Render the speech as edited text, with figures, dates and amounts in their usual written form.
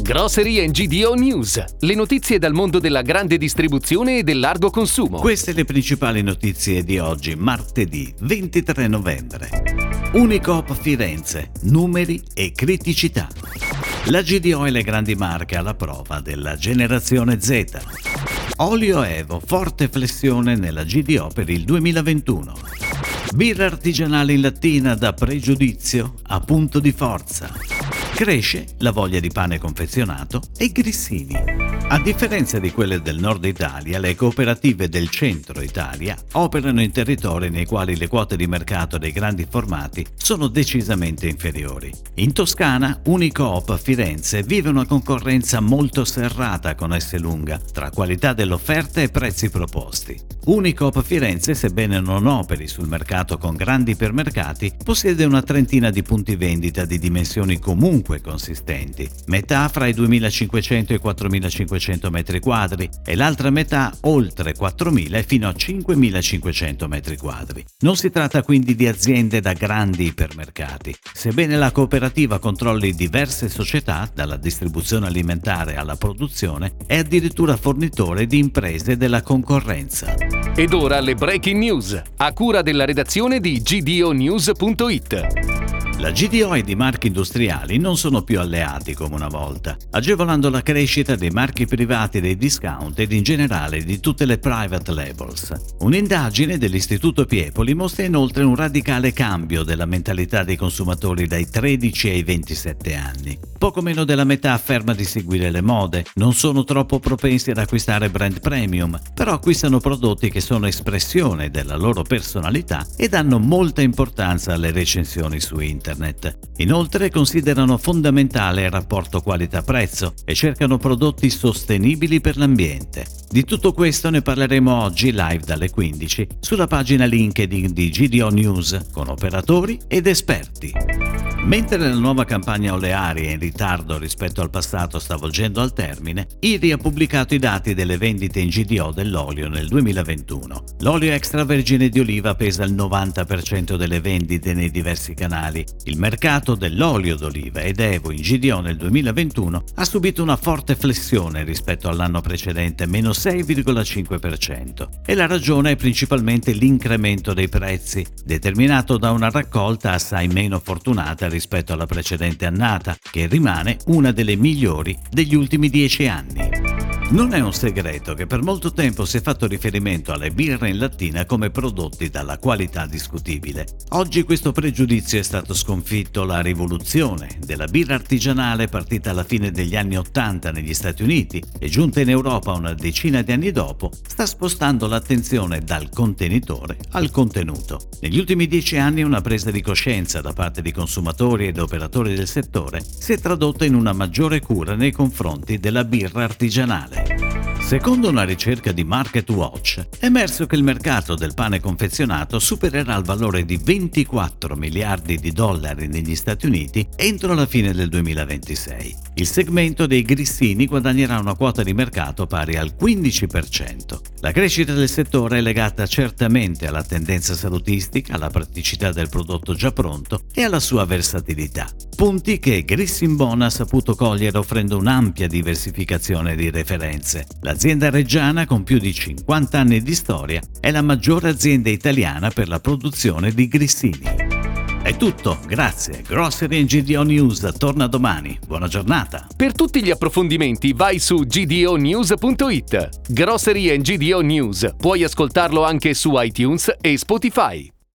Grocery GDO News, le notizie dal mondo della grande distribuzione e del largo consumo. Queste le principali notizie di oggi, martedì 23 novembre. Unicoop Firenze, numeri e criticità. La GDO e le grandi marche alla prova della generazione Z. Olio Evo, forte flessione nella GDO per il 2021. Birra artigianale in lattina da pregiudizio a punto di forza. Cresce la voglia di pane confezionato e grissini. A differenza di quelle del nord Italia, le cooperative del centro Italia operano in territori nei quali le quote di mercato dei grandi formati sono decisamente inferiori. In Toscana, Unicoop Firenze vive una concorrenza molto serrata con Esselunga tra qualità dell'offerta e prezzi proposti. Unicoop Firenze, sebbene non operi sul mercato con grandi ipermercati, possiede una trentina di punti vendita di dimensioni comunque consistenti, metà fra i 2.500 e i 4.500 metri quadri e l'altra metà oltre 4.000 e fino a 5.500 metri quadri. Non si tratta quindi di aziende da grandi ipermercati, sebbene la cooperativa controlli diverse società, dalla distribuzione alimentare alla produzione, è addirittura fornitore di imprese della concorrenza. Ed ora le breaking news, a cura della redazione di gdonews.it. La GDO e i marchi industriali non sono più alleati come una volta, agevolando la crescita dei marchi privati dei discount ed in generale di tutte le private labels. Un'indagine dell'Istituto Piepoli mostra inoltre un radicale cambio della mentalità dei consumatori dai 13 ai 27 anni. Poco meno della metà afferma di seguire le mode, non sono troppo propensi ad acquistare brand premium, però acquistano prodotti che sono espressione della loro personalità e danno molta importanza alle recensioni su internet. Inoltre considerano fondamentale il rapporto qualità-prezzo e cercano prodotti sostenibili per l'ambiente. Di tutto questo ne parleremo oggi live dalle 15 sulla pagina LinkedIn di GDO News con operatori ed esperti. Mentre la nuova campagna olearia in ritardo rispetto al passato sta volgendo al termine, IRI ha pubblicato i dati delle vendite in GDO dell'olio nel 2021. L'olio extravergine di oliva pesa il 90% delle vendite nei diversi canali. Il mercato dell'olio d'oliva ed Evo in GDO nel 2021 ha subito una forte flessione rispetto all'anno precedente, meno 6,5%. E la ragione è principalmente l'incremento dei prezzi, determinato da una raccolta assai meno fortunata rispetto alla precedente annata, che rimane una delle migliori degli ultimi 10 anni. Non è un segreto che per molto tempo si è fatto riferimento alle birre in lattina come prodotti dalla qualità discutibile. Oggi questo pregiudizio è stato sconfitto. La rivoluzione della birra artigianale, partita alla fine degli anni '80 negli Stati Uniti e giunta in Europa una decina di anni dopo, sta spostando l'attenzione dal contenitore al contenuto. Negli ultimi 10 anni una presa di coscienza da parte di consumatori ed operatori del settore si è tradotta in una maggiore cura nei confronti della birra artigianale. Secondo una ricerca di MarketWatch, è emerso che il mercato del pane confezionato supererà il valore di 24 miliardi di dollari negli Stati Uniti entro la fine del 2026. Il segmento dei grissini guadagnerà una quota di mercato pari al 15%. La crescita del settore è legata certamente alla tendenza salutistica, alla praticità del prodotto già pronto e alla sua versatilità. Punti che Grissinbon ha saputo cogliere offrendo un'ampia diversificazione di referenze. L'azienda reggiana, con più di 50 anni di storia, è la maggiore azienda italiana per la produzione di grissini. È tutto, grazie. Grocery GDO News torna domani. Buona giornata. Per tutti gli approfondimenti vai su gdonews.it. Grocery GDO News, puoi ascoltarlo anche su iTunes e Spotify.